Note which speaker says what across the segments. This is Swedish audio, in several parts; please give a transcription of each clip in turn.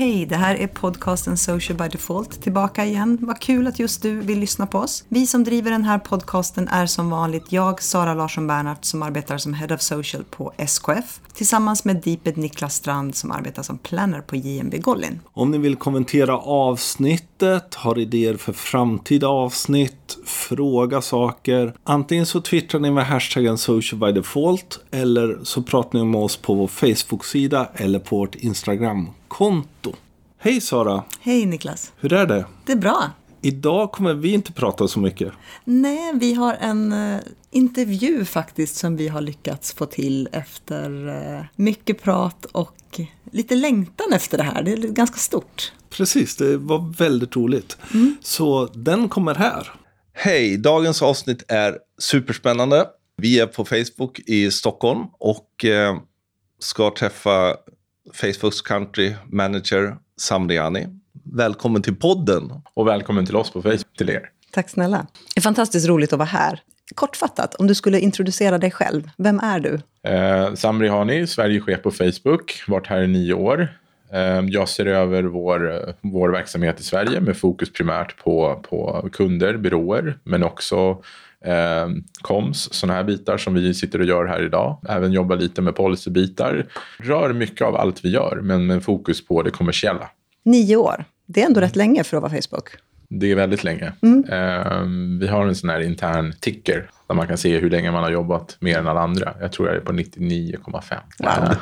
Speaker 1: Hej, det här är podcasten Social by Default tillbaka igen. Vad kul att just du vill lyssna på oss. Vi som driver den här podcasten är som vanligt jag, Sara Larsson Bernhardt, som arbetar som Head of Social på SKF. Tillsammans med Deeped Niklas Strand som arbetar som planner på JMB Gollin.
Speaker 2: Om ni vill kommentera avsnittet, har idéer för framtida avsnitt, fråga saker. Antingen så twittrar ni med hashtaggen Social by Default eller så pratar ni med oss på vår Facebook-sida eller på vårt Instagram-konto. Hej Sara!
Speaker 1: Hej Niklas!
Speaker 2: Hur är det?
Speaker 1: Det är bra.
Speaker 2: Idag kommer vi inte prata så mycket.
Speaker 1: Nej, vi har en intervju faktiskt som vi har lyckats få till efter mycket prat och lite längtan efter det här. Det är ganska stort.
Speaker 2: Precis, det var väldigt roligt. Så den kommer här. Hej, dagens avsnitt är superspännande. Vi är på Facebook i Stockholm och ska träffa Facebooks country manager Samriani. Välkommen till podden.
Speaker 3: Och välkommen till oss på Facebook, till er.
Speaker 1: Tack snälla. Det är fantastiskt roligt att vara här. Kortfattat, om du skulle introducera dig själv, vem är du?
Speaker 3: Samriani, Sverigechef på Facebook, varit här i 9 år. Jag ser över vår verksamhet i Sverige med fokus primärt på kunder, byråer, men också comms, sådana här bitar som vi sitter och gör här idag. Även jobbar lite med policybitar. Rör mycket av allt vi gör, men med fokus på det kommersiella.
Speaker 1: 9 år, det är ändå rätt länge för att vara Facebook.
Speaker 3: Det är väldigt länge. Vi har en sån här intern ticker där man kan se hur länge man har jobbat mer än alla andra. Jag tror jag är på 99,5.
Speaker 1: Wow.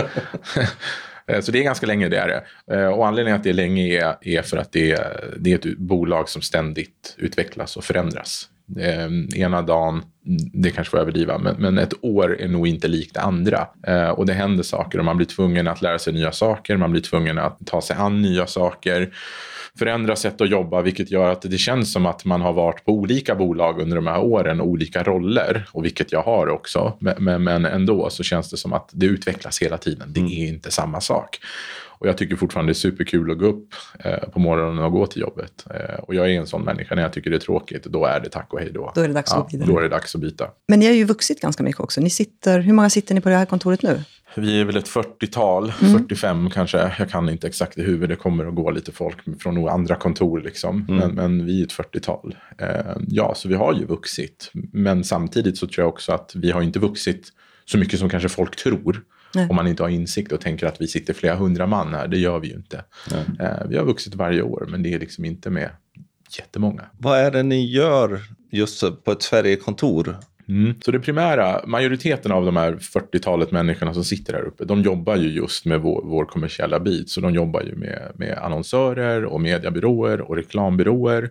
Speaker 3: Så det är ganska länge, det är det. Och anledningen att det är länge är för att det är ett bolag som ständigt utvecklas och förändras. Ena dagen, det kanske får överdriva, men ett år är nog inte likt det andra. Och det händer saker och man blir tvungen att lära sig nya saker, man blir tvungen att ta sig an nya saker, förändra sätt att jobba, vilket gör att det känns som att man har varit på olika bolag under de här åren, olika roller, och vilket jag har också. Men ändå så känns det som att det utvecklas hela tiden. Det är inte samma sak. Och jag tycker fortfarande det är superkul att gå upp på morgonen och gå till jobbet. Och jag är en sån människa, när jag tycker det är tråkigt, då är det tack och hej då.
Speaker 1: Då är det dags att gå vidare.
Speaker 3: Då är det dags att byta.
Speaker 1: Men ni har ju vuxit ganska mycket också. Hur många sitter ni på det här kontoret nu?
Speaker 3: Vi är väl ett 40-tal, 45 kanske. Jag kan inte exakt i huvudet, det kommer att gå lite folk från andra kontor liksom. Men vi är ett 40-tal. Ja, så vi har ju vuxit. Men samtidigt så tror jag också att vi har inte vuxit så mycket som kanske folk tror. Nej. Om man inte har insikt och tänker att vi sitter flera 100 man här, det gör vi ju inte. Vi har vuxit varje år, men det är liksom inte med jättemånga.
Speaker 2: Vad är det ni gör just på ett Sverigekontor?
Speaker 3: Så det primära, majoriteten av de här 40-talet människorna som sitter här uppe, de jobbar ju just med vår kommersiella bit. Så de jobbar ju med annonsörer och mediebyråer och reklambyråer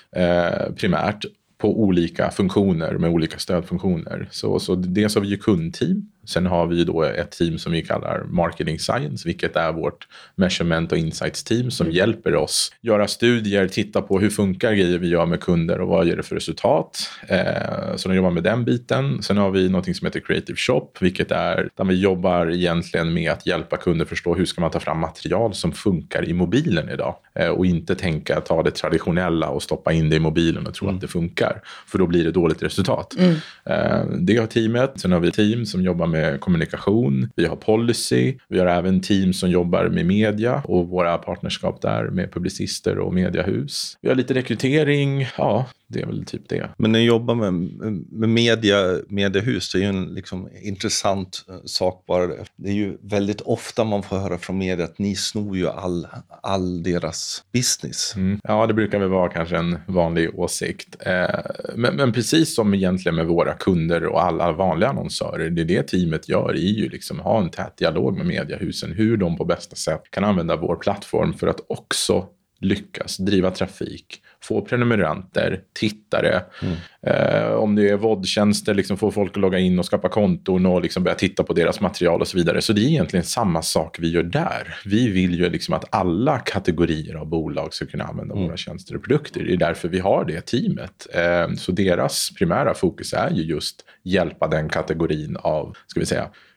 Speaker 3: primärt på olika funktioner med olika stödfunktioner. Så dels har vi ju kundteam. Sen har vi då ett team som vi kallar Marketing Science, vilket är vårt measurement och insights team som hjälper oss göra studier, titta på hur funkar grejer vi gör med kunder och vad ger det för resultat. Så de jobbar med den biten. Sen har vi något som heter Creative Shop, vilket är där vi jobbar egentligen med att hjälpa kunder förstå hur ska man ta fram material som funkar i mobilen idag. Och inte tänka ta det traditionella och stoppa in det i mobilen och tro att det funkar. För då blir det dåligt resultat. Det har teamet. Sen har vi team som jobbar med kommunikation. Vi har policy. Vi har även team som jobbar med media och våra partnerskap där med publicister och mediahus. Vi har lite rekrytering. Ja, det är väl typ det.
Speaker 2: Men när ni jobbar med mediehus, det är ju en liksom intressant sak bara. Det är ju väldigt ofta man får höra från media att ni snor ju all deras business.
Speaker 3: Ja, det brukar väl vara kanske en vanlig åsikt. Men precis som egentligen med våra kunder och alla vanliga annonsörer, det teamet gör är ju liksom ha en tät dialog med mediehusen, hur de på bästa sätt kan använda vår plattform för att också lyckas driva trafik, få prenumeranter, tittare. Om det är VOD-tjänster, liksom få folk att logga in och skapa konton och liksom börja titta på deras material och så vidare. Så det är egentligen samma sak vi gör där. Vi vill ju liksom att alla kategorier av bolag ska kunna använda våra tjänster och produkter. Det är därför vi har det teamet. Så deras primära fokus är ju just hjälpa den kategorin av, ska vi säga,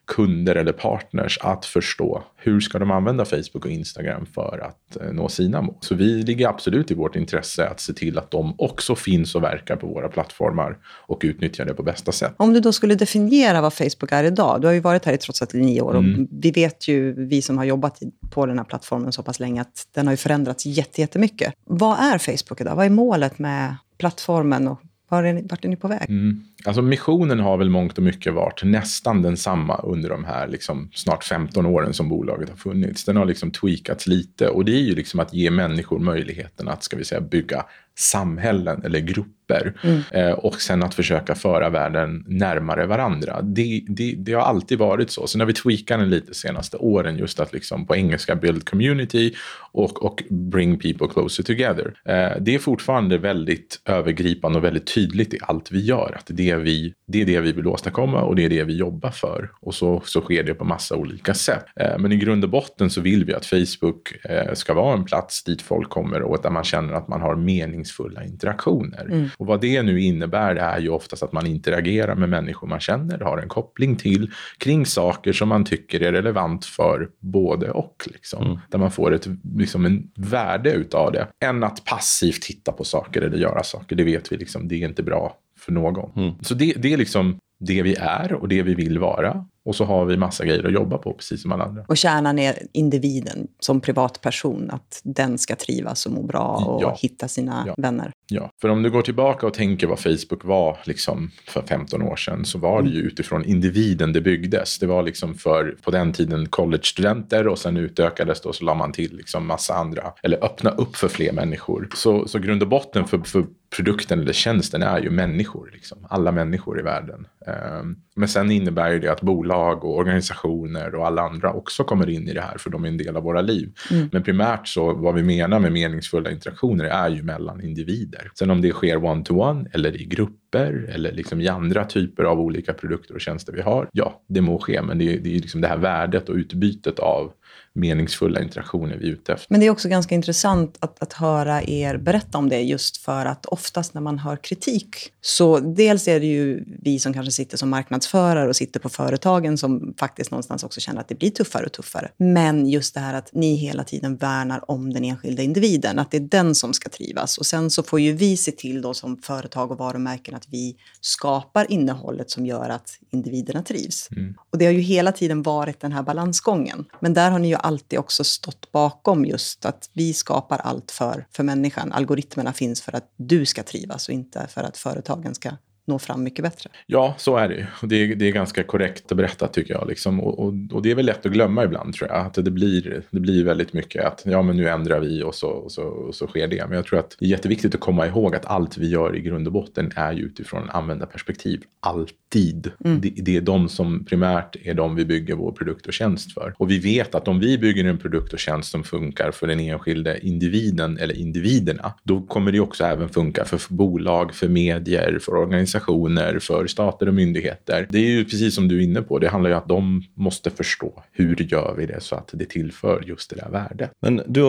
Speaker 3: kunder eller partners att förstå hur ska de använda Facebook och Instagram för att nå sina mål. Så vi ligger absolut i vårt intresse att se till att de också finns och verkar på våra plattformar och utnyttjar det på bästa sätt.
Speaker 1: Om du då skulle definiera vad Facebook är idag, du har ju varit här i trots allt 9 år och vi vet ju, vi som har jobbat på den här plattformen så pass länge, att den har ju förändrats jättemycket. Vad är Facebook idag? Vad är målet med plattformen och vart är ni på väg?
Speaker 3: Alltså missionen har väl mångt och mycket varit nästan densamma under de här liksom snart 15 åren som bolaget har funnits. Den har liksom tweakats lite och det är ju liksom att ge människor möjligheten att, ska vi säga, bygga samhällen eller grupper och sen att försöka föra världen närmare varandra. Det har alltid varit så. Sen har vi tweakat den lite senaste åren just att liksom på engelska build community och bring people closer together. Det är fortfarande väldigt övergripande och väldigt tydligt i allt vi gör. Att det är det vi vill åstadkomma och det är det vi jobbar för. Och så sker det på massa olika sätt. Men i grund och botten så vill vi att Facebook ska vara en plats dit folk kommer och där man känner att man har meningsfulla interaktioner. Och vad det nu innebär är ju oftast att man interagerar med människor man känner, har en koppling till, kring saker som man tycker är relevant för både och. Liksom. Där man får en värde utav det. Än att passivt titta på saker eller göra saker. Det vet vi liksom, det är inte bra för någon. Så det är liksom det vi är och det vi vill vara. Och så har vi massa grejer att jobba på, precis som alla andra.
Speaker 1: Och kärnan är individen som privatperson, att den ska trivas och må bra och hitta sina vänner.
Speaker 3: Ja, för om du går tillbaka och tänker vad Facebook var liksom för 15 år sedan, så var det ju utifrån individen det byggdes. Det var liksom för, på den tiden, college-studenter och sen utökades det och så la man till liksom massa andra, eller öppna upp för fler människor. Så grund och botten för produkten eller tjänsten är ju människor, liksom. Alla människor i världen. Men sen innebär ju det att bolag och organisationer och alla andra också kommer in i det här, för de är en del av våra liv. Men primärt så, vad vi menar med meningsfulla interaktioner är ju mellan individer. Sen om det sker one-to-one eller i grupper eller liksom i andra typer av olika produkter och tjänster vi har, ja, det må ske, men det är liksom det här värdet och utbytet av meningsfulla interaktioner vi är ute efter.
Speaker 1: Men det är också ganska intressant att höra er berätta om det, just för att oftast när man hör kritik, så dels är det ju vi som kanske sitter som marknadsförare och sitter på företagen som faktiskt någonstans också känner att det blir tuffare och tuffare. Men just det här att ni hela tiden värnar om den enskilda individen, att det är den som ska trivas. Och sen så får ju vi se till då som företag och varumärken att vi skapar innehållet som gör att individerna trivs. Och det har ju hela tiden varit den här balansgången. Men där har ni ju alltid också stått bakom just att vi skapar allt för människan. Algoritmerna finns för att du ska trivas och inte för att företagen ska nå fram mycket bättre.
Speaker 3: Ja, så är det ju. Och det är ganska korrekt att berätta, tycker jag. Liksom. Och det är väl lätt att glömma ibland, tror jag. Att det blir väldigt mycket att ja, men nu ändrar vi och så sker det. Men jag tror att det är jätteviktigt att komma ihåg att allt vi gör i grund och botten är ju utifrån användarperspektiv. Alltid. Det är de som primärt är de vi bygger vår produkt och tjänst för. Och vi vet att om vi bygger en produkt och tjänst som funkar för den enskilde individen eller individerna, då kommer det också även funka för bolag, för medier, för organisationer, för stater och myndigheter. Det är ju precis som du är inne på. Det handlar ju om att de måste förstå hur gör vi det så att det tillför just det där värdet.
Speaker 2: Men du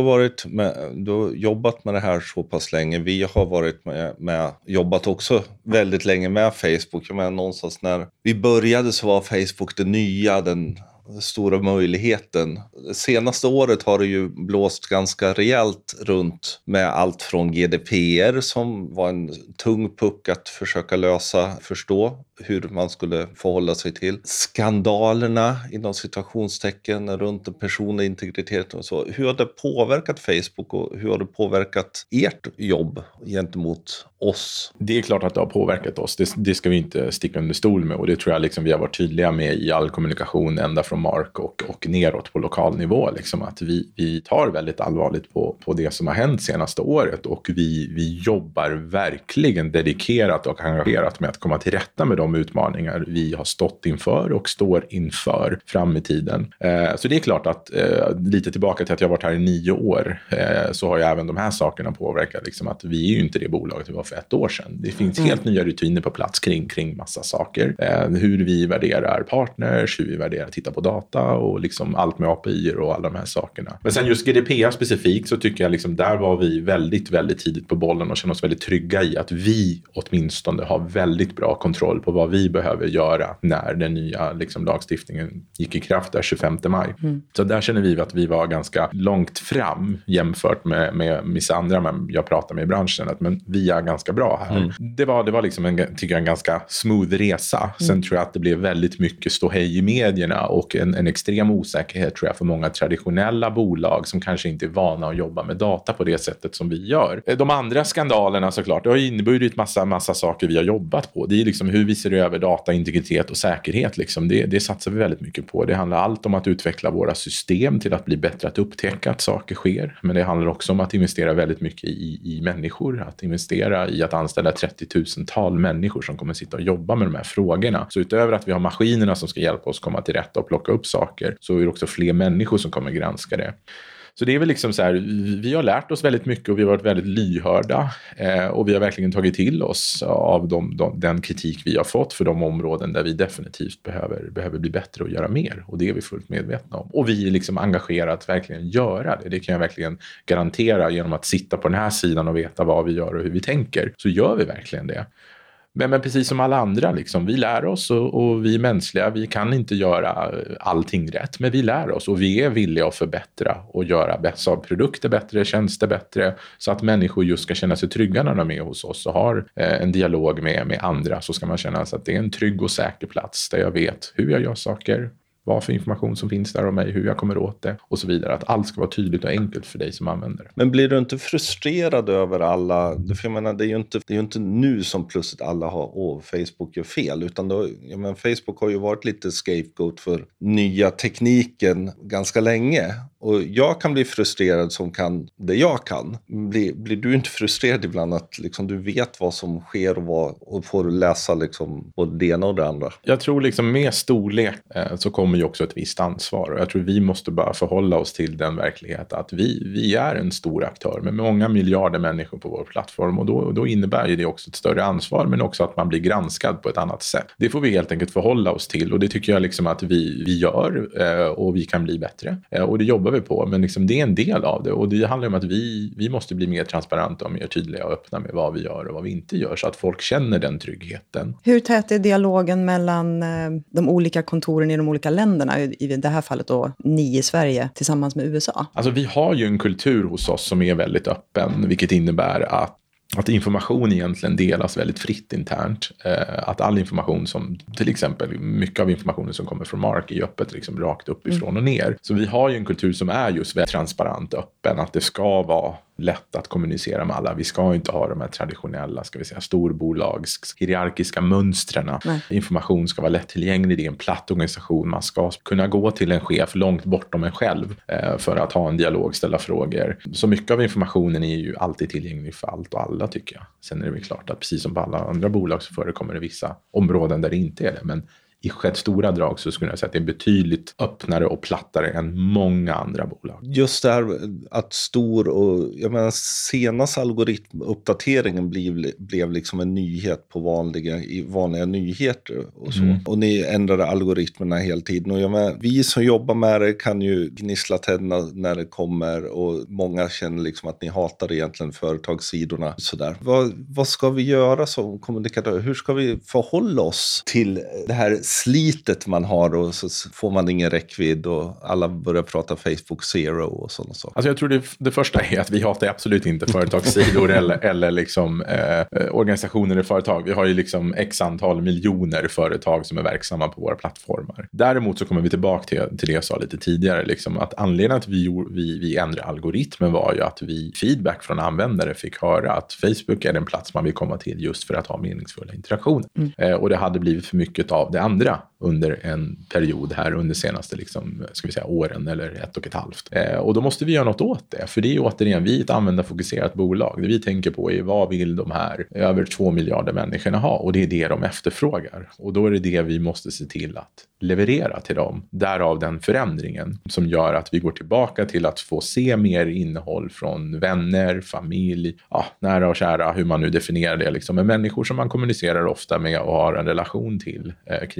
Speaker 2: har jobbat med det här så pass länge. Vi har varit jobbat också väldigt länge med Facebook. Jag menar, någonstans när vi började så var Facebook det nya, den stora möjligheten. Senaste året har det ju blåst ganska rejält runt med allt från GDPR som var en tung puck att försöka förstå hur man skulle förhålla sig till. Skandalerna inom situationstecken runt den personliga integriteten och så. Hur har det påverkat Facebook och hur har det påverkat ert jobb gentemot oss?
Speaker 3: Det är klart att det har påverkat oss. Det ska vi inte sticka under stol med, och det tror jag liksom vi har varit tydliga med i all kommunikation ända från mark och neråt på lokal nivå. Liksom att vi tar väldigt allvarligt på det som har hänt senaste året, och vi jobbar verkligen dedikerat och engagerat med att komma till rätta med de utmaningar vi har stått inför och står inför fram i tiden. Så det är klart att lite tillbaka till att jag har varit här i 9 år så har ju även de här sakerna påverkat. Liksom att vi är ju inte det bolaget vi var för 1 år sedan. Det finns helt nya rutiner på plats kring massa saker. Hur vi värderar partners, hur vi värderar titta på data och liksom allt med API och alla de här sakerna. Men sen just GDPR specifikt så tycker jag liksom där var vi väldigt, väldigt tidigt på bollen och känner oss väldigt trygga i att vi åtminstone har väldigt bra kontroll på vad vi behöver göra när den nya liksom, lagstiftningen gick i kraft där 25 maj. Så där känner vi att vi var ganska långt fram jämfört med vissa andra men jag pratar med i branschen. Men vi är ganska bra här. Det var liksom tycker jag, en ganska smooth resa. Sen tror jag att det blev väldigt mycket ståhej i medierna och en extrem osäkerhet tror jag för många traditionella bolag som kanske inte är vana att jobba med data på det sättet som vi gör. De andra skandalerna såklart, det har inneburit massa saker vi har jobbat på. Det är liksom hur vi ser över data, integritet och säkerhet. Liksom. Det satsar vi väldigt mycket på. Det handlar allt om att utveckla våra system till att bli bättre att upptäcka att saker sker. Men det handlar också om att investera väldigt mycket i människor. Att investera i att anställa 30 000-tal människor som kommer sitta och jobba med de här frågorna. Så utöver att vi har maskinerna som ska hjälpa oss komma till rätta och plocka upp saker så är det också fler människor som kommer granska det. Så det är väl liksom så här, vi har lärt oss väldigt mycket och vi har varit väldigt lyhörda och vi har verkligen tagit till oss av den kritik vi har fått för de områden där vi definitivt behöver bli bättre och göra mer. Och det är vi fullt medvetna om. Och vi är liksom engagerade att verkligen göra det. Det kan jag verkligen garantera genom att sitta på den här sidan och veta vad vi gör och hur vi tänker. Så gör vi verkligen det. Men precis som alla andra, liksom, vi lär oss och vi är mänskliga. Vi kan inte göra allting rätt, men vi lär oss och vi är villiga att förbättra och göra produkter bättre, tjänster bättre så att människor just ska känna sig trygga när de är hos oss och har en dialog med andra. Så ska man känna sig att det är en trygg och säker plats där jag vet hur jag gör saker, vad för information som finns där om mig, hur jag kommer åt det och så vidare. Att allt ska vara tydligt och enkelt för dig som användare.
Speaker 2: Men blir du inte frustrerad över alla, för jag menar, det är ju inte nu som plötsligt alla har Facebook gör fel, utan Facebook har ju varit lite scapegoat för nya tekniken ganska länge. Och jag kan bli frustrerad som kan det jag kan. Blir du inte frustrerad ibland att liksom, du vet vad som sker och får läsa liksom, både det ena och det andra?
Speaker 3: Jag tror liksom med storlek så kommer ju också ett visst ansvar. Och jag tror vi måste bara förhålla oss till den verklighet att vi är en stor aktör med många miljarder människor på vår plattform. Och då innebär ju det också ett större ansvar men också att man blir granskad på ett annat sätt. Det får vi helt enkelt förhålla oss till och det tycker jag liksom att vi gör och vi kan bli bättre. Och det jobbar vi på, men liksom det är en del av det och det handlar om att vi måste bli mer transparenta och mer tydliga och öppna med vad vi gör och vad vi inte gör så att folk känner den tryggheten.
Speaker 1: Hur tät är dialogen mellan de olika kontoren i de olika länderna, i det här fallet då ni i Sverige tillsammans med USA?
Speaker 3: Alltså vi har ju en kultur hos oss som är väldigt öppen, vilket innebär att information egentligen delas väldigt fritt internt. Att all information som, till exempel mycket av informationen som kommer från Mark är öppet liksom rakt uppifrån och ner. Så vi har ju en kultur som är just väldigt transparent och öppen. Att det ska vara lätt att kommunicera med alla. Vi ska inte ha de här traditionella, ska vi säga, storbolags hierarkiska mönstren. Information ska vara lättillgänglig. Det är en platt organisation. Man ska kunna gå till en chef långt bortom en själv för att ha en dialog, ställa frågor. Så mycket av informationen är ju alltid tillgänglig för allt och alla tycker jag. Sen är det väl klart att precis som på alla andra bolag så förekommer det vissa områden där det inte är det. Men i stora drag så skulle jag säga att det är betydligt öppnare och plattare än många andra bolag.
Speaker 2: Just det här att jag menar senaste algoritmuppdateringen blev liksom en nyhet på vanliga nyheter och så. Och ni ändrade algoritmerna hela tiden. Och jag menar, vi som jobbar med det kan ju gnissla tänderna när det kommer och många känner liksom att ni hatar egentligen företagssidorna. Sådär. Vad ska vi göra som kommunikatör? Hur ska vi förhålla oss till det här slitet man har och så får man ingen räckvidd och alla börjar prata Facebook Zero och sådana saker.
Speaker 3: Alltså jag tror det första är att vi hatar absolut inte företagssidor eller liksom organisationer i företag. Vi har ju liksom x antal miljoner företag som är verksamma på våra plattformar. Däremot så kommer vi tillbaka till det jag sa lite tidigare. Liksom att anledningen att vi ändrade algoritmen var ju att vi feedback från användare fick höra att Facebook är den plats man vill komma till just för att ha meningsfulla interaktioner. Och det hade blivit för mycket av det andra under en period här under senaste liksom, ska vi säga, åren eller 1,5. Och då måste vi göra något åt det. För det är återigen, vi är ett användarfokuserat bolag. Det vi tänker på är vad vill de här över 2 miljarder människorna ha? Och det är det de efterfrågar. Och då är det vi måste se till att leverera till dem. Därav den förändringen som gör att vi går tillbaka till att få se mer innehåll från vänner, familj, nära och kära, hur man nu definierar det. Liksom. Men människor som man kommunicerar ofta med och har en relation till kring gemensamma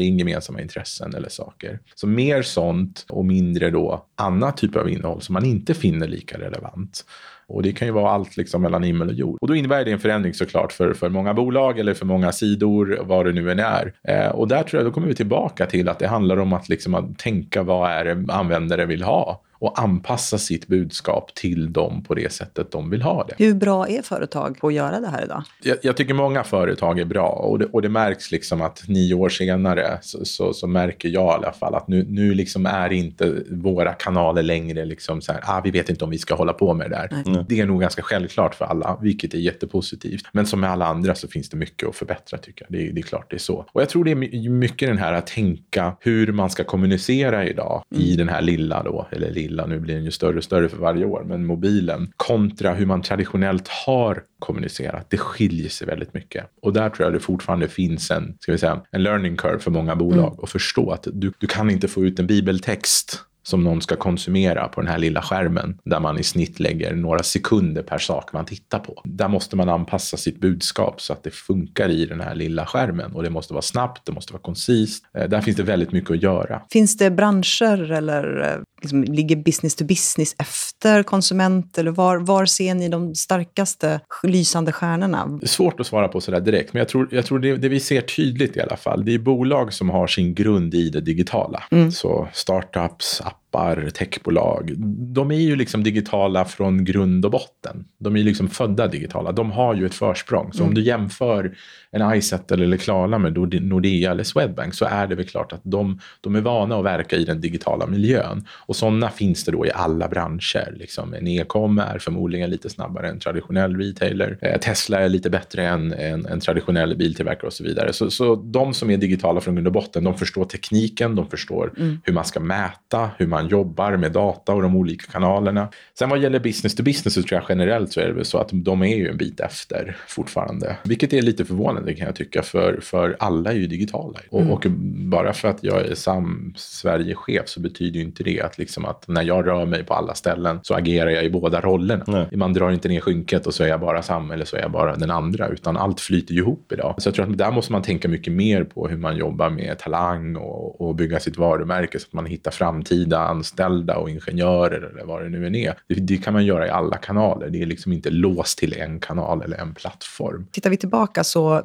Speaker 3: gemensamma intressen eller saker. Så mer sånt och mindre då annat typ av innehåll som man inte finner lika relevant. Och det kan ju vara allt liksom mellan himmel och jord. Och då innebär det en förändring såklart för många bolag eller för många sidor, vad det nu än är. Och där tror jag då kommer vi tillbaka till att det handlar om att, liksom, att tänka vad är det användare vill ha. Och anpassa sitt budskap till dem på det sättet de vill ha det.
Speaker 1: Hur bra är företag på att göra det här idag?
Speaker 3: Jag tycker många företag är bra. Och det märks liksom att 9 år senare så märker jag i alla fall att nu liksom är inte våra kanaler längre liksom så här, vi vet inte om vi ska hålla på med det där. Nej. Det är nog ganska självklart för alla, vilket är jättepositivt. Men som med alla andra så finns det mycket att förbättra tycker jag. Det är klart det är så. Och jag tror det är mycket den här att tänka hur man ska kommunicera idag i den här lilla då, eller nu blir den ju större och större för varje år, men mobilen kontra hur man traditionellt har kommunicerat, det skiljer sig väldigt mycket. Och där tror jag det fortfarande finns en learning curve för många bolag och förstå att du kan inte få ut en bibeltext som någon ska konsumera på den här lilla skärmen där man i snitt lägger några sekunder per sak man tittar på. Där måste man anpassa sitt budskap så att det funkar i den här lilla skärmen och det måste vara snabbt, det måste vara koncist. Där finns det väldigt mycket att göra.
Speaker 1: Finns det branscher eller liksom, ligger business to business efter konsument eller var ser ni de starkaste lysande stjärnorna?
Speaker 3: Det är svårt att svara på sådär direkt, men jag tror det vi ser tydligt i alla fall, det är bolag som har sin grund i det digitala. Så startups, appar, techbolag, de är ju liksom digitala från grund och botten. De är ju liksom födda digitala. De har ju ett försprång. Så om du jämför en iSettle eller Klarna med Nordea eller Swedbank så är det väl klart att de är vana att verka i den digitala miljön. Och sådana finns det då i alla branscher. Liksom en e-com är förmodligen lite snabbare än traditionell retailer. Tesla är lite bättre än en traditionell biltillverkare och så vidare. Så de som är digitala från grund och botten, de förstår tekniken, de förstår hur man ska mäta, hur man jobbar med data och de olika kanalerna. Sen vad gäller business to business så tror jag generellt så är det väl så att de är ju en bit efter fortfarande. Vilket är lite förvånande kan jag tycka, för alla är ju digitala. Och bara för att jag är Sverige-chef så betyder ju inte det att, liksom att när jag rör mig på alla ställen så agerar jag i båda rollerna. Nej. Man drar inte ner skynket och så är jag bara Sam eller så är jag bara den andra, utan allt flyter ju ihop idag. Så jag tror att där måste man tänka mycket mer på hur man jobbar med talang och bygga sitt varumärke så att man hittar framtida anställda och ingenjörer eller vad det nu än är. Det kan man göra i alla kanaler. Det är liksom inte låst till en kanal eller en plattform.
Speaker 1: Tittar vi tillbaka så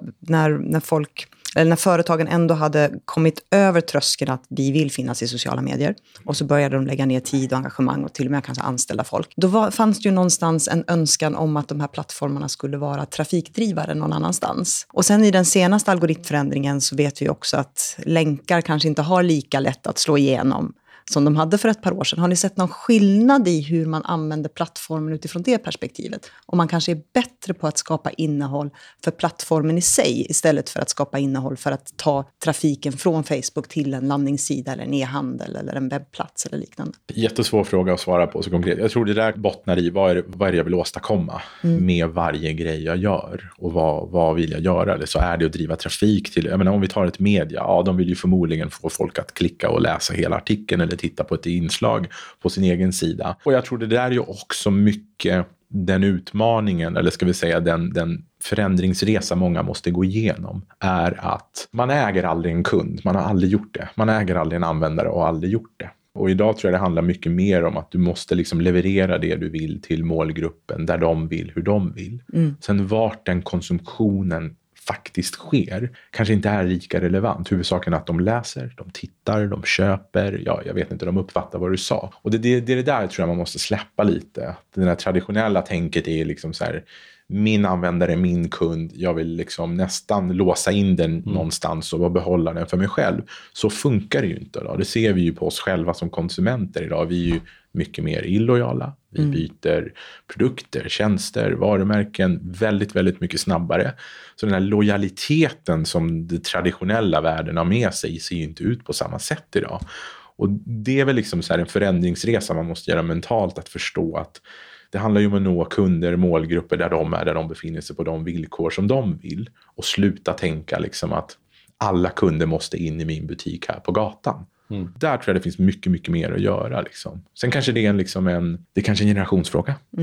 Speaker 1: när företagen ändå hade kommit över tröskeln att vi vill finnas i sociala medier och så började de lägga ner tid och engagemang och till och med kanske anställa folk. Då fanns det ju någonstans en önskan om att de här plattformarna skulle vara trafikdrivare någon annanstans. Och sen i den senaste algoritmförändringen så vet vi också att länkar kanske inte har lika lätt att slå igenom som de hade för ett par år sedan. Har ni sett någon skillnad i hur man använder plattformen utifrån det perspektivet? Och man kanske är bättre på att skapa innehåll för plattformen i sig istället för att skapa innehåll för att ta trafiken från Facebook till en landningssida eller en e-handel eller en webbplats eller liknande.
Speaker 3: Jättesvår fråga att svara på så konkret. Jag tror det där bottnar i vad är det jag vill åstadkomma med varje grej jag gör och vad vill jag göra? Eller så är det att driva trafik till, jag menar om vi tar ett media, de vill ju förmodligen få folk att klicka och läsa hela artikeln eller titta på ett inslag på sin egen sida. Och jag tror det där är ju också mycket den utmaningen, eller ska vi säga den förändringsresa många måste gå igenom, är att man äger aldrig en kund, man har aldrig gjort det. Man äger aldrig en användare och aldrig gjort det. Och idag tror jag det handlar mycket mer om att du måste liksom leverera det du vill till målgruppen där de vill, hur de vill. Sen vart den konsumtionen faktiskt sker kanske inte är lika relevant. Huvudsaken är att de läser, de tittar, de köper, jag vet inte, de uppfattar vad du sa. Och det är det där tror jag man måste släppa lite. Det här traditionella tänket är liksom så här, min användare, min kund, jag vill liksom nästan låsa in den någonstans och behålla den för mig själv. Så funkar det ju inte idag. Det ser vi ju på oss själva som konsumenter idag. Vi är ju mycket mer illojala. Vi byter produkter, tjänster, varumärken väldigt, väldigt mycket snabbare. Så den här lojaliteten som de traditionella världen har med sig ser ju inte ut på samma sätt idag. Och det är väl liksom så här en förändringsresa man måste göra mentalt, att förstå att det handlar ju om att nå kunder, målgrupper där de befinner sig på de villkor som de vill. Och sluta tänka liksom att alla kunder måste in i min butik här på gatan. Där tror jag det finns mycket, mycket mer att göra. Liksom. Sen kanske det är det kanske är en generationsfråga.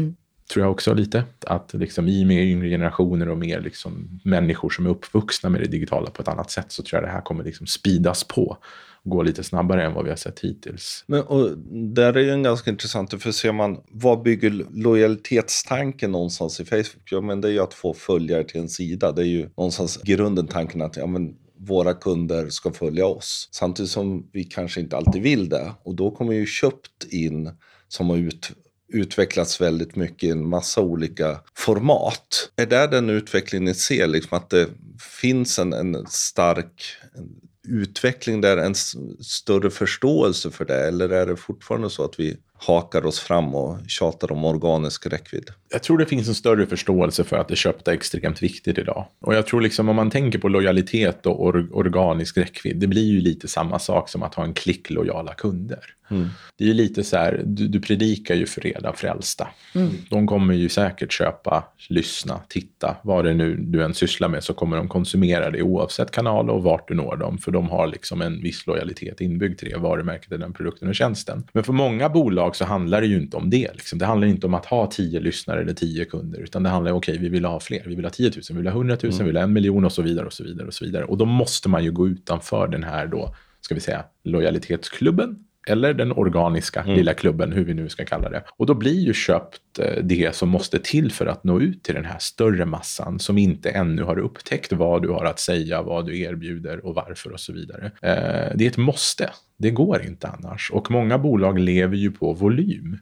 Speaker 3: tror jag också lite. Att liksom i mer yngre generationer och mer liksom människor som är uppvuxna med det digitala på ett annat sätt, så tror jag det här kommer liksom speedas på och gå lite snabbare än vad vi har sett hittills.
Speaker 2: Men, och där är ju en ganska intressant, för ser man vad bygger lojalitetstanken någonstans i Facebook? Ja, men det är ju att få följare till en sida. Det är ju någonstans grunden tanken att våra kunder ska följa oss. Samtidigt som vi kanske inte alltid vill det. Och då kommer ju köpt in som har utvecklats väldigt mycket i en massa olika format. Är det den utvecklingen ni ser? Liksom att det finns en stark utveckling där, en större förståelse för det? Eller är det fortfarande så att vi hakar oss fram och tjatar om organisk räckvidd?
Speaker 3: Jag tror det finns en större förståelse för att det köpta är extremt viktigt idag. Och jag tror liksom om man tänker på lojalitet och organisk räckvidd, det blir ju lite samma sak som att ha en klick lojala kunder. Det är ju lite så här, du predikar ju för redan frälsta. De kommer ju säkert köpa, lyssna, titta, vad det nu du än sysslar med, så kommer de konsumera det oavsett kanal och vart du når dem. För de har liksom en viss lojalitet inbyggd till det varumärket eller den produkten och tjänsten. Men för många bolag så handlar det ju inte om det. Liksom. Det handlar inte om att ha 10 lyssnare eller 10 kunder, utan det handlar om vi vill ha fler. Vi vill ha 10 000, vi vill ha 100 000, vi vill ha 1 miljon och så vidare och så vidare och så vidare. Och då måste man ju gå utanför den här då, ska vi säga, lojalitetsklubben. Eller den organiska lilla klubben, hur vi nu ska kalla det. Och då blir ju köpt det som måste till för att nå ut till den här större massan som inte ännu har upptäckt vad du har att säga, vad du erbjuder och varför och så vidare. Det är ett måste. Det går inte annars. Och många bolag lever ju på volym.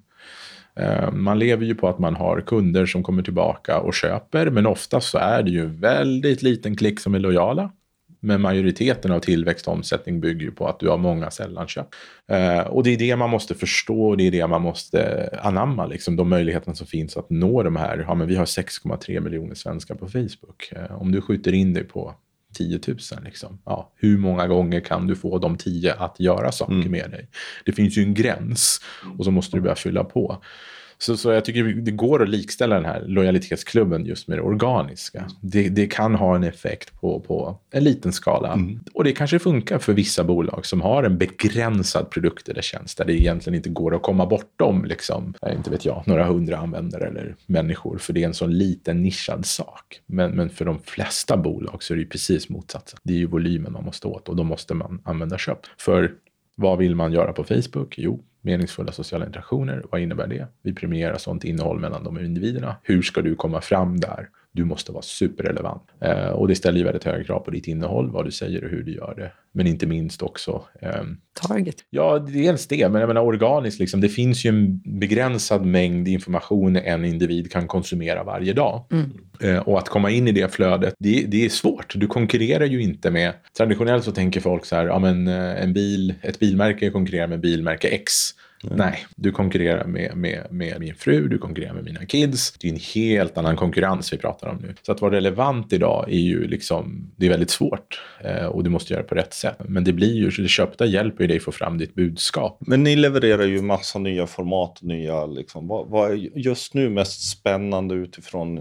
Speaker 3: Man lever ju på att man har kunder som kommer tillbaka och köper, men ofta så är det ju en väldigt liten klick som är lojala. Men majoriteten av tillväxt och omsättning bygger ju på att du har många sällanköp. Och det är det man måste förstå, och det är det man måste anamma. Liksom, de möjligheterna som finns att nå de här. Ja, men vi har 6,3 miljoner svenskar på Facebook. Om du skjuter in dig på 10 000, liksom, ja, hur många gånger kan du få de 10 att göra saker med dig? Det finns ju en gräns, och så måste du börja fylla på. Så jag tycker det går att likställa den här lojalitetsklubben just med det organiska. Det kan ha en effekt på en liten skala. Och det kanske funkar för vissa bolag som har en begränsad produkt eller tjänst där det egentligen inte går att komma bortom liksom, inte vet jag, några 100 användare eller människor, för det är en sån liten nischad sak. Men för de flesta bolag så är det ju precis motsatsen. Det är ju volymen man måste åt, och då måste man använda köp. För vad vill man göra på Facebook? Jo, meningsfulla sociala interaktioner. Vad innebär det? Vi premierar sånt innehåll mellan de individerna. Hur ska du komma fram där? Du måste vara superrelevant. Och det ställer ju väldigt höga krav på ditt innehåll, vad du säger och hur du gör det. Men inte minst också...
Speaker 1: Target.
Speaker 3: Ja, dels det. Men jag menar organiskt, liksom, det finns ju en begränsad mängd information en individ kan konsumera varje dag. Och att komma in i det flödet, det är svårt. Du konkurrerar ju inte med... Traditionellt så tänker folk så här, ja men ett bilmärke konkurrerar med bilmärke X. Nej, du konkurrerar med min fru, du konkurrerar med mina kids. Det är en helt annan konkurrens vi pratar om nu. Så att vara relevant idag är ju liksom, det är väldigt svårt. Och du måste göra det på rätt sätt. Men det blir ju, det köpta hjälper ju dig få fram ditt budskap.
Speaker 2: Men ni levererar ju massa nya format, nya liksom. Vad är just nu mest spännande utifrån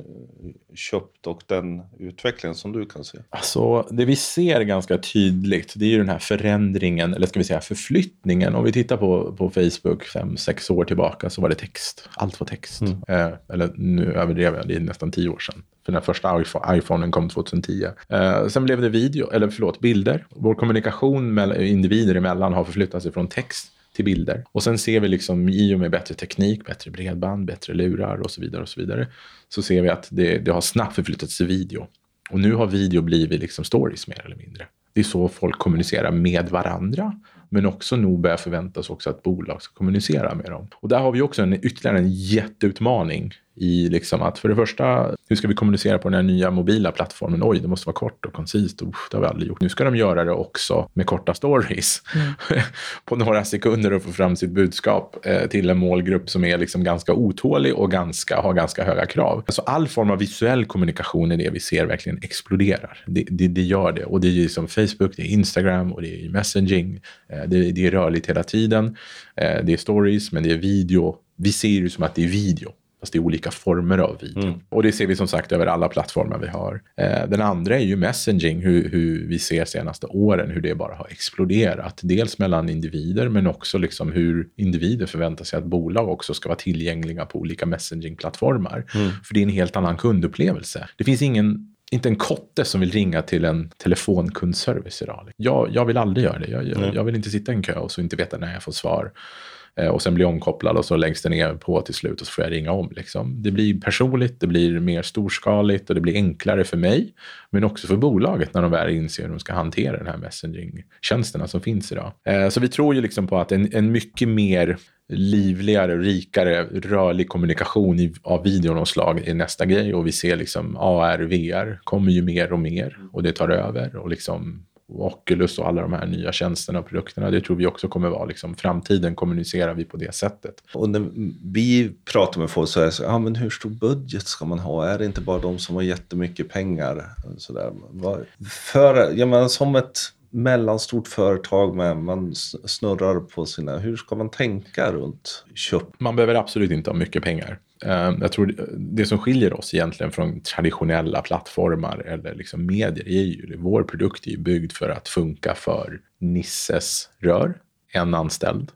Speaker 2: köpt och den utvecklingen som du kan se?
Speaker 3: Alltså, det vi ser ganska tydligt, det är ju den här förändringen, eller ska vi säga förflyttningen. Om vi tittar på Facebook 5-6 år tillbaka så var det text. Allt var text. Eller nu överdrev jag, det är nästan 10 år sedan. För den första iPhonen kom 2010. Sen blev det bilder. Vår kommunikation med individer emellan har förflyttat sig från text till bilder. Och sen ser vi liksom i och med bättre teknik, bättre bredband, bättre lurar och så vidare. Så ser vi att det har snabbt förflyttats till video. Och nu har video blivit liksom stories mer eller mindre. Det är så folk kommunicerar med varandra. Men också nog börjar förväntas också att bolag ska kommunicera med dem. Och där har vi också ytterligare en jätteutmaning i liksom att för det första, hur ska vi kommunicera på den här nya mobila plattformen? Oj, det måste vara kort och koncist. Det har vi aldrig gjort. Nu ska de göra det också med korta stories på några sekunder och få fram sitt budskap till en målgrupp som är liksom ganska otålig och har ganska höga krav. Alltså all form av visuell kommunikation är det vi ser verkligen exploderar. Det gör det. Och det är ju som Facebook, det är Instagram och det är messaging. Det är rörligt hela tiden. Det är stories, men det är video. Vi ser det som att det är video. fast i olika former av video. Och det ser vi som sagt över alla plattformar vi har. Den andra är ju messaging, hur vi ser senaste åren hur det bara har exploderat. Dels mellan individer men också liksom hur individer förväntar sig att bolag också ska vara tillgängliga på olika messaging-plattformar. För det är en helt annan kundupplevelse. Det finns inte en kotte som vill ringa till en telefonkundservice idag. Jag vill aldrig göra det. Jag vill inte sitta i en kö och så inte veta när jag får svar. Och sen blir omkopplad och så läggs det ner på till slut och så får jag ringa om. Liksom. Det blir personligt, det blir mer storskaligt och det blir enklare för mig. Men också för bolaget när de väl inser hur de ska hantera den här messaging-tjänsterna som finns idag. Så vi tror ju liksom på att en mycket mer livligare och rikare rörlig kommunikation av videonomslag är nästa grej. Och vi ser liksom AR, VR kommer ju mer och mer och det tar över. Och liksom Oculus och alla de här nya tjänsterna och produkterna, det tror vi också kommer vara liksom, framtiden kommunicerar vi på det sättet.
Speaker 2: Och när vi pratar med folk så är det så, men hur stor budget ska man ha? Är det inte bara de som har jättemycket pengar? Så där. Som ett mellanstort företag man snurrar på sina, hur ska man tänka runt köp?
Speaker 3: Man behöver absolut inte ha mycket pengar. Jag tror det som skiljer oss egentligen från traditionella plattformar eller liksom medier är ju, vår produkt är ju byggd för att funka för Nisses rör, en anställd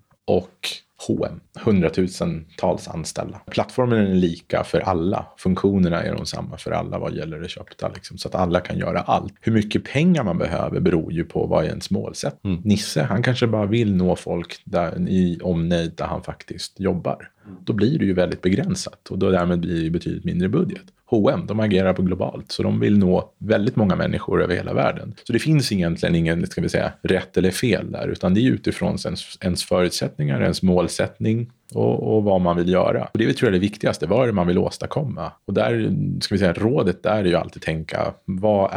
Speaker 3: och H&M, 100,000-tals anställda. Plattformen är lika för alla. Funktionerna är de samma för alla vad gäller det köpta. Liksom, så att alla kan göra allt. Hur mycket pengar man behöver beror ju på vad är ens målsättning. Nisse, han kanske bara vill nå folk där, i omnejd där han faktiskt jobbar. Då blir det ju väldigt begränsat och då därmed blir det betydligt mindre budget. H&M, de agerar på globalt så de vill nå väldigt många människor över hela världen. Så det finns egentligen ingen, ska vi säga, rätt eller fel där utan det är utifrån ens förutsättningar, ens målsättning och vad man vill göra. Och det tror jag är det viktigaste, vad är det man vill åstadkomma? Och där, ska vi säga, rådet där är ju alltid tänka, vad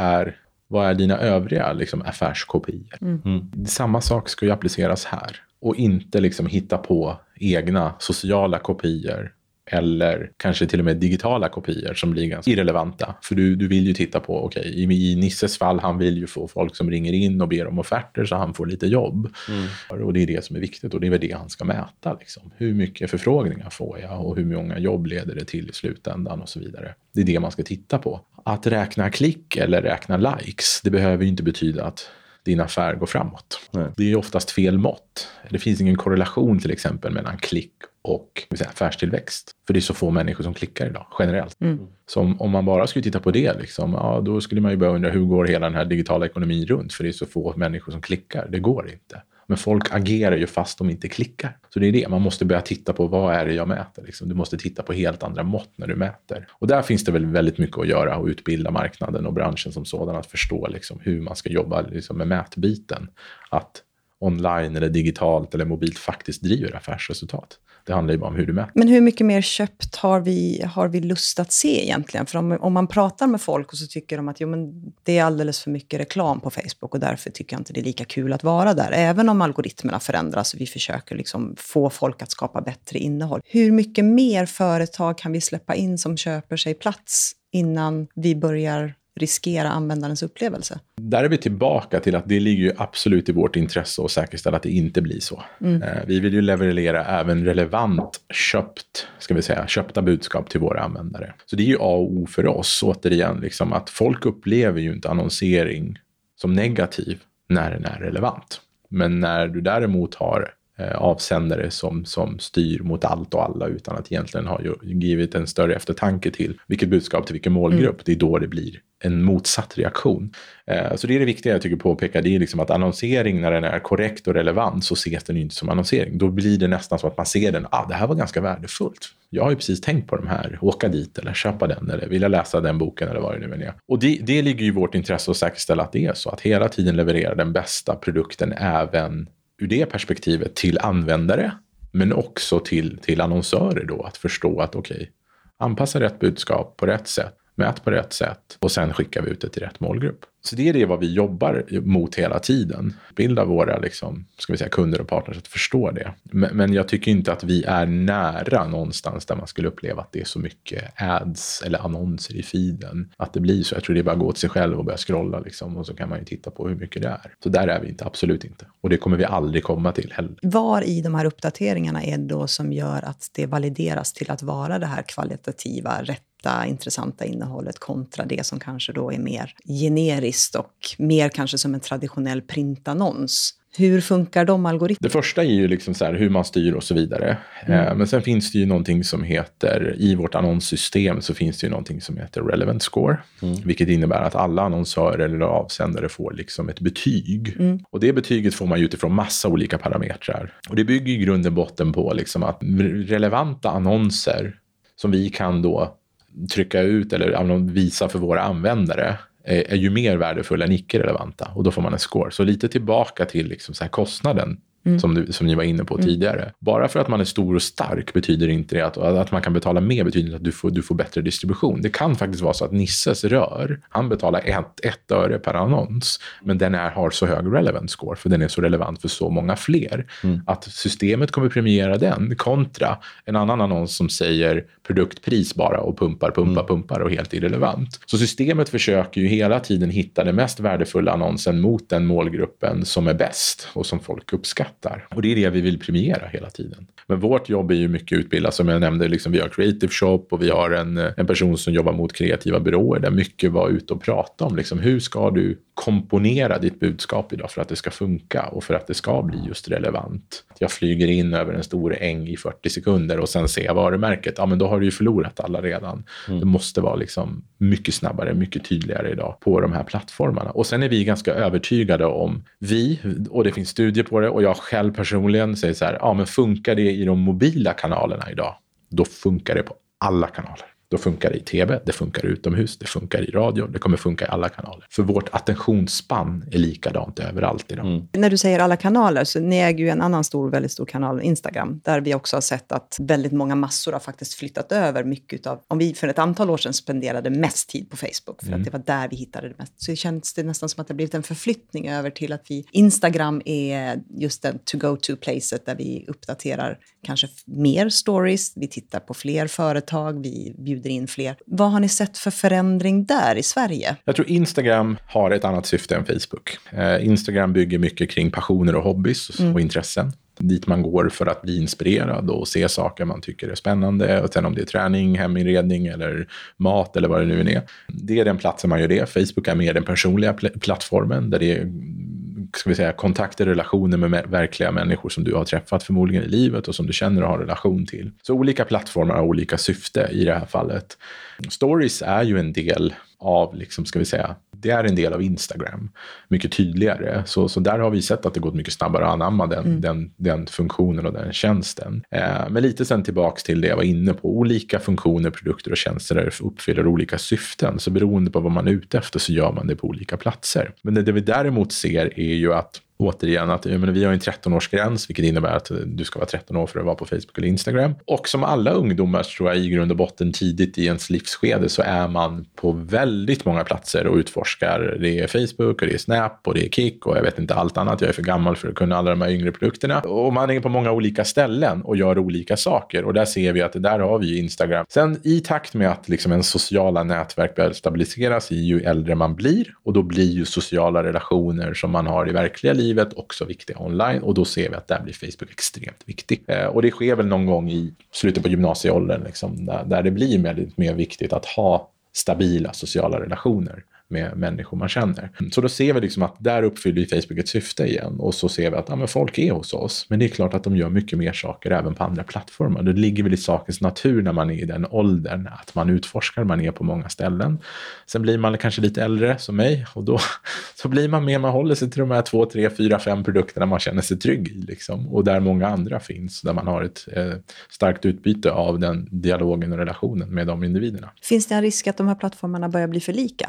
Speaker 3: är dina övriga liksom, affärskopior? Samma sak ska ju appliceras här. Och inte liksom hitta på egna sociala kopior eller kanske till och med digitala kopior som blir ganska irrelevanta. För du vill ju titta på, okej, i Nisses fall, han vill ju få folk som ringer in och ber om offerter så han får lite jobb. Och det är det som är viktigt och det är väl det han ska mäta. Liksom. Hur mycket förfrågningar får jag och hur många jobb leder det till i slutändan och så vidare. Det är det man ska titta på. Att räkna klick eller räkna likes, det behöver ju inte betyda att din affär går framåt. Nej. Det är oftast fel mått. Det finns ingen korrelation till exempel mellan klick och affärstillväxt. För det är så få människor som klickar idag, generellt. Så om man bara skulle titta på det, liksom, då skulle man ju börja undra hur går hela den här digitala ekonomin runt? För det är så få människor som klickar. Det går inte. Men folk agerar ju fast de inte klickar. Så det är det. Man måste börja titta på vad är det jag mäter. Liksom. Du måste titta på helt andra mått när du mäter. Och där finns det väl väldigt mycket att göra och utbilda marknaden och branschen som sådan att förstå liksom, hur man ska jobba liksom, med mätbiten. Att online eller digitalt eller mobilt faktiskt driver affärsresultat. Det handlar ju bara om hur du mäter.
Speaker 1: Men hur mycket mer köpt har vi lust att se egentligen? För om man pratar med folk och så tycker de att men det är alldeles för mycket reklam på Facebook och därför tycker jag inte det är lika kul att vara där. Även om algoritmerna förändras och vi försöker liksom få folk att skapa bättre innehåll. Hur mycket mer företag kan vi släppa in som köper sig plats innan vi börjar riskera användarens upplevelse?
Speaker 3: Där är vi tillbaka till att det ligger ju absolut i vårt intresse att säkerställa att det inte blir så. Vi vill ju leverera även relevant köpta budskap till våra användare. Så det är ju A och O för oss återigen liksom, att folk upplever ju inte annonsering som negativ när den är relevant. Men när du däremot har avsändare som styr mot allt och alla utan att egentligen ha givit en större eftertanke till vilket budskap till vilken målgrupp, det är då det blir en motsatt reaktion. Så det är det viktiga jag tycker påpeka, det är liksom att annonsering när den är korrekt och relevant så ses den inte som annonsering. Då blir det nästan som att man ser den, det här var ganska värdefullt. Jag har ju precis tänkt på de här, åka dit eller köpa den eller vilja läsa den boken eller vad det nu är. Och det ligger ju i vårt intresse att säkerställa att det är så, att hela tiden leverera den bästa produkten även ur det perspektivet till användare men också till annonsörer då att förstå att okej, anpassa rätt budskap på rätt sätt mät på rätt sätt och sen skickar vi ut det till rätt målgrupp. Så det är vad vi jobbar mot hela tiden. Bilda våra kunder och partners att förstå det. Men jag tycker inte att vi är nära någonstans där man skulle uppleva att det är så mycket ads eller annonser i feeden. Att det blir så. Jag tror det är bara att gå åt sig själv och börja scrolla och så kan man ju titta på hur mycket det är. Så där är vi inte, absolut inte. Och det kommer vi aldrig komma till heller.
Speaker 1: Var i de här uppdateringarna är det då som gör att det valideras till att vara det här kvalitativa, intressanta innehållet kontra det som kanske då är mer generiskt och mer kanske som en traditionell printannons? Hur funkar de algoritmerna?
Speaker 3: Det första är ju hur man styr och så vidare. Men sen finns det ju någonting som heter, i vårt annonssystem så finns det ju någonting som heter relevant score. Vilket innebär att alla annonsörer eller avsändare får ett betyg. Och det betyget får man ju utifrån massa olika parametrar. Och det bygger i grunden botten på att relevanta annonser som vi kan då trycka ut eller visa för våra användare är ju mer värdefulla än icke-relevanta. Och då får man en score. Så lite tillbaka till kostnaden som ni var inne på tidigare. Bara för att man är stor och stark betyder inte det att man kan betala mer, betyder att du får bättre distribution. Det kan faktiskt vara så att Nisses rör, han betalar 1 öre per annons, men den har så hög relevant score för den är så relevant för så många fler. Att systemet kommer premiera den kontra en annan annons som säger produktpris bara och pumpar och helt irrelevant. Så systemet försöker ju hela tiden hitta den mest värdefulla annonsen mot den målgruppen som är bäst och som folk uppskattar. Och det är det vi vill premiera hela tiden. Men vårt jobb är ju mycket utbildat, som jag nämnde, vi har Creative Shop och vi har en person som jobbar mot kreativa byråer där mycket var ute och prata om hur ska du komponera ditt budskap idag för att det ska funka och för att det ska bli just relevant. Jag flyger in över en stor äng i 40 sekunder och sen ser jag varumärket. Ja, men då har du ju förlorat alla redan. Det måste vara mycket snabbare, mycket tydligare idag på de här plattformarna. Och sen är vi ganska övertygade om och det finns studier på det och jag själv personligen säger så här, men funkar det i de mobila kanalerna idag? Då funkar det på alla kanaler. Då funkar det i tv, det funkar utomhus, det funkar i radio, det kommer funka i alla kanaler. För vårt attentionsspann är likadant överallt idag.
Speaker 1: När du säger alla kanaler så ni äger ju en annan väldigt stor kanal, Instagram, där vi också har sett att väldigt många massor har faktiskt flyttat över mycket av, om vi för ett antal år sedan spenderade mest tid på Facebook för att det var där vi hittade det mest. Så känns det nästan som att det har blivit en förflyttning över till att Instagram är just den to-go-to-placet där vi uppdaterar kanske mer stories, vi tittar på fler företag, vi bjuder in fler. Vad har ni sett för förändring där i Sverige?
Speaker 3: Jag tror Instagram har ett annat syfte än Facebook. Instagram bygger mycket kring passioner och hobbys och intressen. Dit man går för att bli inspirerad och se saker man tycker är spännande. Och sen om det är träning, heminredning eller mat eller vad det nu är. Det är den platsen man gör det. Facebook är mer den personliga plattformen där det är kontakter, relationer med verkliga människor som du har träffat förmodligen i livet och som du känner och har relation till. Så olika plattformar har olika syfte i det här fallet. Stories är ju en del av, det är en del av Instagram. Mycket tydligare. Så där har vi sett att det gått mycket snabbare att anamma den funktionen och den tjänsten. Men lite sen tillbaks till det jag var inne på. Olika funktioner, produkter och tjänster där uppfyller olika syften. Så beroende på vad man är ute efter så gör man det på olika platser. Men det vi däremot ser är ju att återigen att vi har en 13-årsgräns, vilket innebär att du ska vara 13 år för att vara på Facebook eller Instagram. Och som alla ungdomar tror jag i grund och botten tidigt i ens livsskede så är man på väldigt många platser och utforskar. Det är Facebook och det är Snap och det är Kik och jag vet inte allt annat. Jag är för gammal för att kunna alla de här yngre produkterna. Och man är på många olika ställen och gör olika saker. Och där ser vi att där har vi Instagram. Sen i takt med att en sociala nätverk börjar stabiliseras ju äldre man blir. Och då blir ju sociala relationer som man har i verkliga livet också viktiga online och då ser vi att där blir Facebook extremt viktig. Och det sker väl någon gång i slutet på gymnasieåldern där det blir väldigt mer viktigt att ha stabila sociala relationer med människor man känner. Så då ser vi att där uppfyller Facebook ett syfte igen och så ser vi att men folk är hos oss. Men det är klart att de gör mycket mer saker även på andra plattformar. Det ligger väl i sakens natur när man är i den åldern att man utforskar, man är på många ställen. Sen blir man kanske lite äldre som mig och då så blir man mer, man håller sig till de här 2, 3, 4, 5 produkterna man känner sig trygg i och där många andra finns, där man har ett starkt utbyte av den dialogen och relationen med de individerna.
Speaker 1: Finns det en risk att de här plattformarna börjar bli för lika? Om man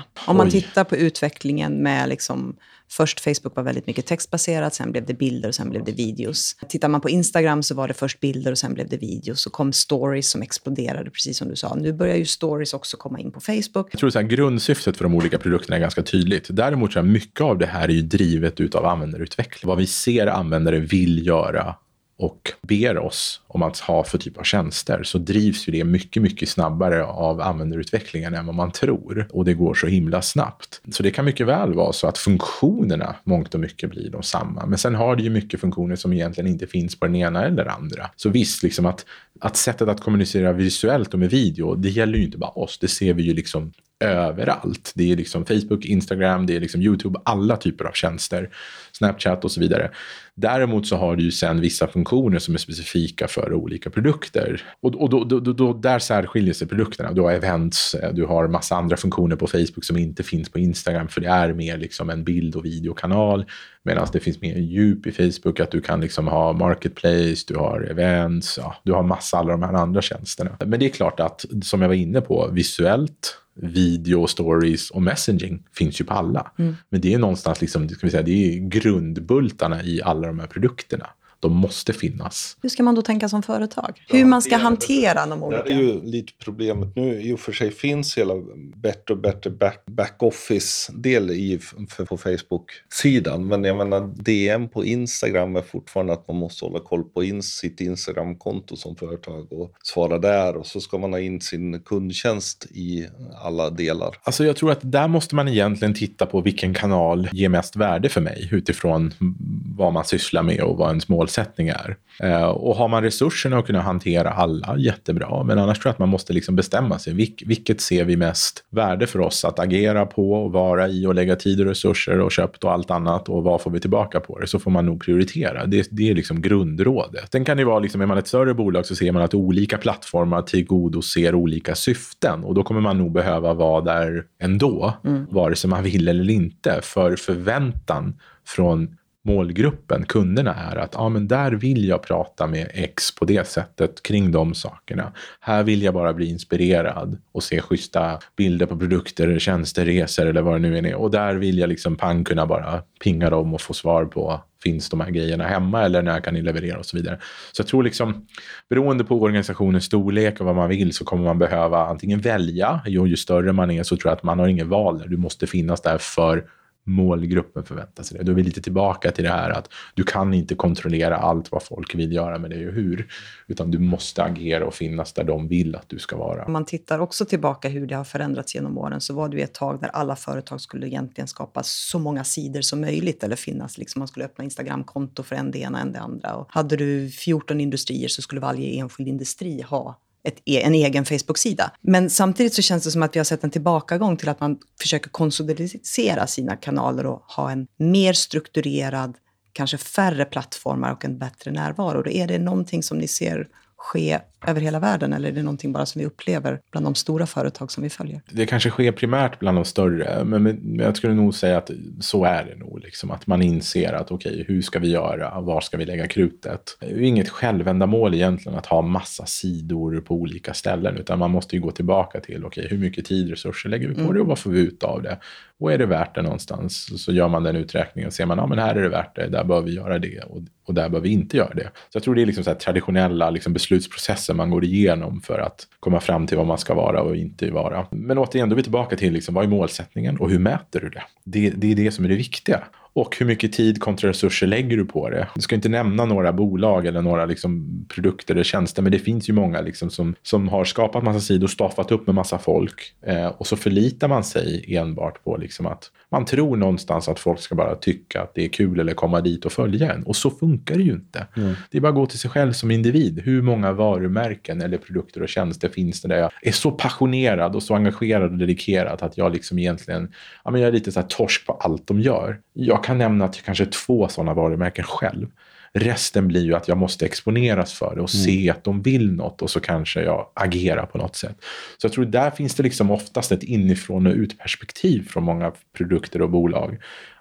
Speaker 1: man tittar på utvecklingen med liksom, först Facebook var väldigt mycket textbaserat, sen blev det bilder och sen blev det videos. Tittar man på Instagram så var det först bilder och sen blev det videos. Så kom stories som exploderade, precis som du sa. Nu börjar ju stories också komma in på Facebook.
Speaker 3: Jag tror att grundsyftet för de olika produkterna är ganska tydligt. Däremot så är mycket av det här är ju drivet utav användarutveckling. Vad vi ser användare vill göra och ber oss om att ha för typ av tjänster, så drivs ju det mycket, mycket snabbare av användarutvecklingen än vad man tror. Och det går så himla snabbt. Så det kan mycket väl vara så att funktionerna mångt och mycket blir de samma. Men sen har det ju mycket funktioner som egentligen inte finns på den ena eller andra. Så visst, liksom att sättet att kommunicera visuellt och med video, det gäller ju inte bara oss. Det ser vi ju liksom överallt. Det är liksom Facebook, Instagram, det är liksom YouTube, alla typer av tjänster, Snapchat och så vidare. Däremot så har du ju sen vissa funktioner som är specifika för olika produkter. Och då där särskiljer sig produkterna. Du har events, du har massa andra funktioner på Facebook som inte finns på Instagram, för det är mer liksom en bild- och videokanal. Medan det finns mer djup i Facebook, att du kan liksom ha marketplace, du har events, ja, du har massa alla de här andra tjänsterna. Men det är klart att, som jag var inne på, visuellt, video, stories och messaging finns ju på alla. Men det är någonstans liksom, ska vi säga, det är grundbultarna i alla de här produkterna. De måste finnas.
Speaker 1: Hur ska man då tänka som företag? Hur man ska hantera de olika?
Speaker 2: Det är ju lite problemet nu. I och för sig finns hela bättre och bättre back-office-del på Facebook-sidan. Men jag menar, DM på Instagram är fortfarande att man måste hålla koll på sitt Instagram-konto som företag och svara där. Och så ska man ha in sin kundtjänst i alla delar.
Speaker 3: Alltså jag tror att där måste man egentligen titta på vilken kanal ger mest värde för mig utifrån vad man sysslar med och vad ens målsättning är. Och har man resurserna att kunna hantera alla, jättebra. Men annars tror jag att man måste liksom bestämma sig. Vilket ser vi mest värde för oss att agera på och vara i och lägga tid och resurser och köpt och allt annat, och vad får vi tillbaka på det? Så får man nog prioritera. Det är liksom grundrådet. Sen kan det vara liksom, är man ett större bolag så ser man att olika plattformar tillgodoser olika syften, och då kommer man nog behöva vara där ändå, vare sig man vill eller inte, för förväntan från målgruppen, kunderna, är att men där vill jag prata med X på det sättet kring de sakerna. Här vill jag bara bli inspirerad och se schyssta bilder på produkter, tjänster, resor eller vad det nu är. Och där vill jag liksom kunna bara pinga dem och få svar på, finns de här grejerna hemma eller när kan ni leverera och så vidare. Så jag tror liksom, beroende på organisationens storlek och vad man vill, så kommer man behöva antingen välja, ju större man är så tror jag att man har ingen val där. Du måste finnas där för målgruppen förväntar sig det. Då är vi lite tillbaka till det här att du kan inte kontrollera allt vad folk vill göra med dig och hur, utan du måste agera och finnas där de vill att du ska vara.
Speaker 1: Om man tittar också tillbaka hur det har förändrats genom åren, så var det ju ett tag där alla företag skulle egentligen skapa så många sidor som möjligt, eller finnas liksom, man skulle öppna Instagram-konto för en det ena än det andra, och hade du 14 industrier så skulle varje enskild industri ha en egen Facebook-sida. Men samtidigt så känns det som att vi har sett en tillbakagång till att man försöker konsolidera sina kanaler och ha en mer strukturerad, kanske färre plattformar och en bättre närvaro. Då är det någonting som ni ser ske över hela världen, eller är det någonting bara som vi upplever bland de stora företag som vi följer?
Speaker 3: Det kanske sker primärt bland de större, men jag skulle nog säga att så är det nog. Liksom, att man inser att okej, hur ska vi göra? Var ska vi lägga krutet? Det är ju inget självändamål egentligen att ha massa sidor på olika ställen, utan man måste ju gå tillbaka till okej, hur mycket tid och resurser lägger vi på det och vad får vi ut av det? Och är det värt det någonstans? Så gör man den uträkningen och ser man, men här är det värt det, där bör vi göra det och där bör vi inte göra det. Så jag tror det är liksom så här traditionella liksom beslutsprocesser man går igenom för att komma fram till vad man ska vara och inte vara. Men återigen, då är vi tillbaka till liksom, vad är målsättningen och hur mäter du det? Det är det som är det viktiga. Och hur mycket tid kontra resurser lägger du på det? Du ska inte nämna några bolag eller några liksom produkter eller tjänster, men det finns ju många liksom som har skapat massa sidor och staffat upp med massa folk. Och så förlitar man sig enbart på liksom att man tror någonstans att folk ska bara tycka att det är kul eller komma dit och följa en. Och så funkar det ju inte. Det är bara att gå till sig själv som individ. Hur många varumärken eller produkter och tjänster finns det där jag är så passionerad och så engagerad och dedikerad att jag liksom egentligen, jag är lite så här torsk på allt de gör. Jag kan nämna att kanske 2 sådana varumärken själv. Resten blir ju att jag måste exponeras för det och se att de vill något, och så kanske jag agerar på något sätt. Så jag tror där finns det liksom oftast ett inifrån och ut perspektiv från många produkter och bolag.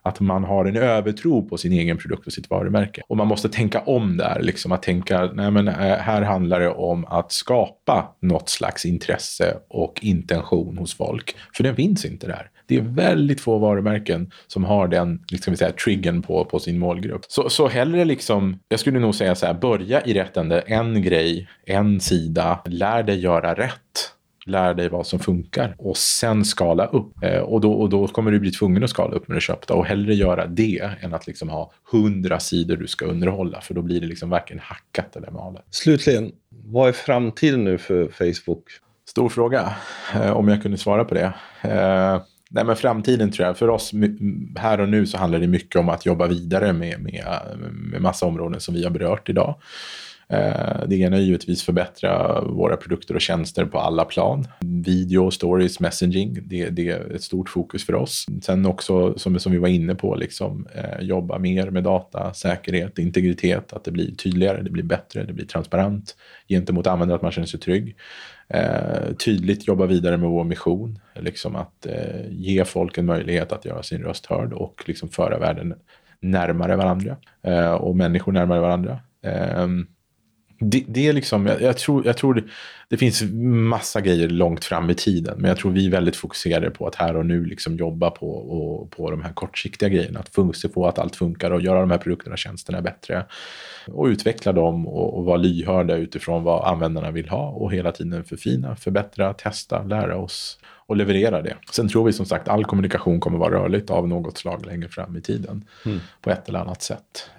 Speaker 3: Att man har en övertro på sin egen produkt och sitt varumärke. Och man måste tänka om där. Liksom att tänka, nej men här handlar det om att skapa något slags intresse och intention hos folk. För den finns inte där. Det är väldigt få varumärken som har den liksom, triggern på sin målgrupp. Så hellre liksom, jag skulle nog säga så här, börja i rätt ände, en grej, en sida, lär dig göra rätt. Lär dig vad som funkar och sen skala upp. Och då kommer du bli tvungen att skala upp med det köpta och hellre göra det än att liksom ha 100 sidor du ska underhålla. För då blir det liksom varken hackat eller malet.
Speaker 2: Slutligen, vad är framtiden nu för Facebook?
Speaker 3: Stor fråga, om jag kunde svara på det. Nej, men framtiden tror jag, för oss här och nu så handlar det mycket om att jobba vidare med massa områden som vi har berört idag. Det ena är givetvis förbättra våra produkter och tjänster på alla plan. Video, stories, messaging, det är ett stort fokus för oss. Sen också, som vi var inne på, liksom, jobba mer med data, säkerhet, integritet, att det blir tydligare, det blir bättre, det blir transparent gentemot användare, att man känner sig trygg. Tydligt jobba vidare med vår mission, liksom att ge folk en möjlighet att göra sin röst hörd och liksom föra världen närmare varandra och människor närmare varandra. Det är liksom, jag tror det finns massa grejer långt fram i tiden, men jag tror vi är väldigt fokuserade på att här och nu liksom jobba på de här kortsiktiga grejerna, att se på att allt funkar och göra de här produkterna och tjänsterna bättre och utveckla dem och vara lyhörda utifrån vad användarna vill ha och hela tiden förfina, förbättra, testa, lära oss och leverera det. Sen tror vi som sagt all kommunikation kommer vara rörligt av något slag längre fram i tiden på ett eller annat sätt.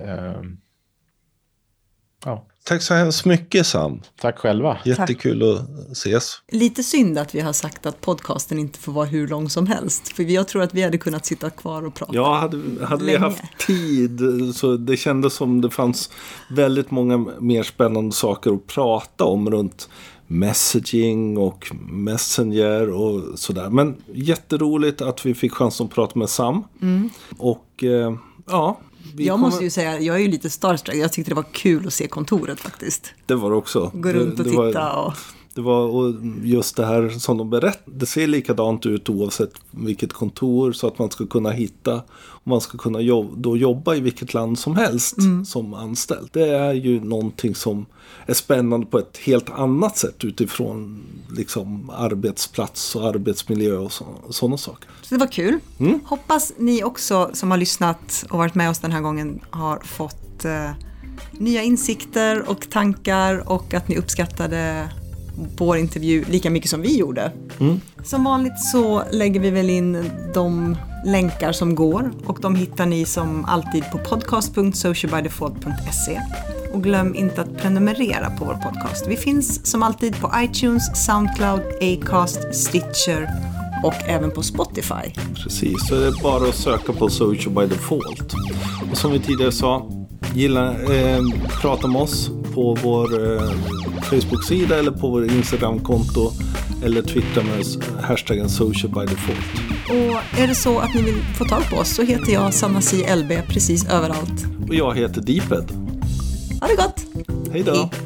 Speaker 3: Ja.
Speaker 2: Tack så hemskt mycket, Sam.
Speaker 3: Tack själva.
Speaker 2: Jättekul att ses.
Speaker 1: Lite synd att vi har sagt att podcasten inte får vara hur lång som helst. För jag tror att vi hade kunnat sitta kvar och prata.
Speaker 2: Ja, hade vi haft tid så det kändes som det fanns väldigt många mer spännande saker att prata om runt messaging och messenger och sådär. Men jätteroligt att vi fick chansen att prata med Sam. Och ja...
Speaker 1: Måste ju säga, jag är ju lite starstruck. Jag tyckte det var kul att se kontoret faktiskt.
Speaker 2: Det var också.
Speaker 1: Gå runt och titta.
Speaker 2: Det var just det här som de berättade. Det ser likadant ut oavsett vilket kontor, så att man ska kunna hitta och man ska kunna jobba i vilket land som helst som anställd. Det är ju någonting som är spännande på ett helt annat sätt utifrån liksom arbetsplats och arbetsmiljö och sådana saker.
Speaker 1: Så det var kul. Hoppas ni också som har lyssnat och varit med oss den här gången har fått nya insikter och tankar och att ni uppskattade vår intervju lika mycket som vi gjorde. Som vanligt så lägger vi väl in de länkar som går och de hittar ni som alltid på podcast.socialbydefault.se. Och glöm inte att prenumerera på vår podcast. Vi finns som alltid på iTunes, Soundcloud, Acast, Stitcher och även på Spotify.
Speaker 2: Precis, så det är bara att söka på Social by Default. Och som vi tidigare sa, prata med oss på vår Facebook-sida eller på vår Instagram-konto eller twittra med hashtaggen Social by Default.
Speaker 1: Och är det så att ni vill få tag på oss så heter jag Sanna C. LB precis överallt.
Speaker 2: Och jag heter Deeped.
Speaker 1: Ha det gott!
Speaker 2: Hej då!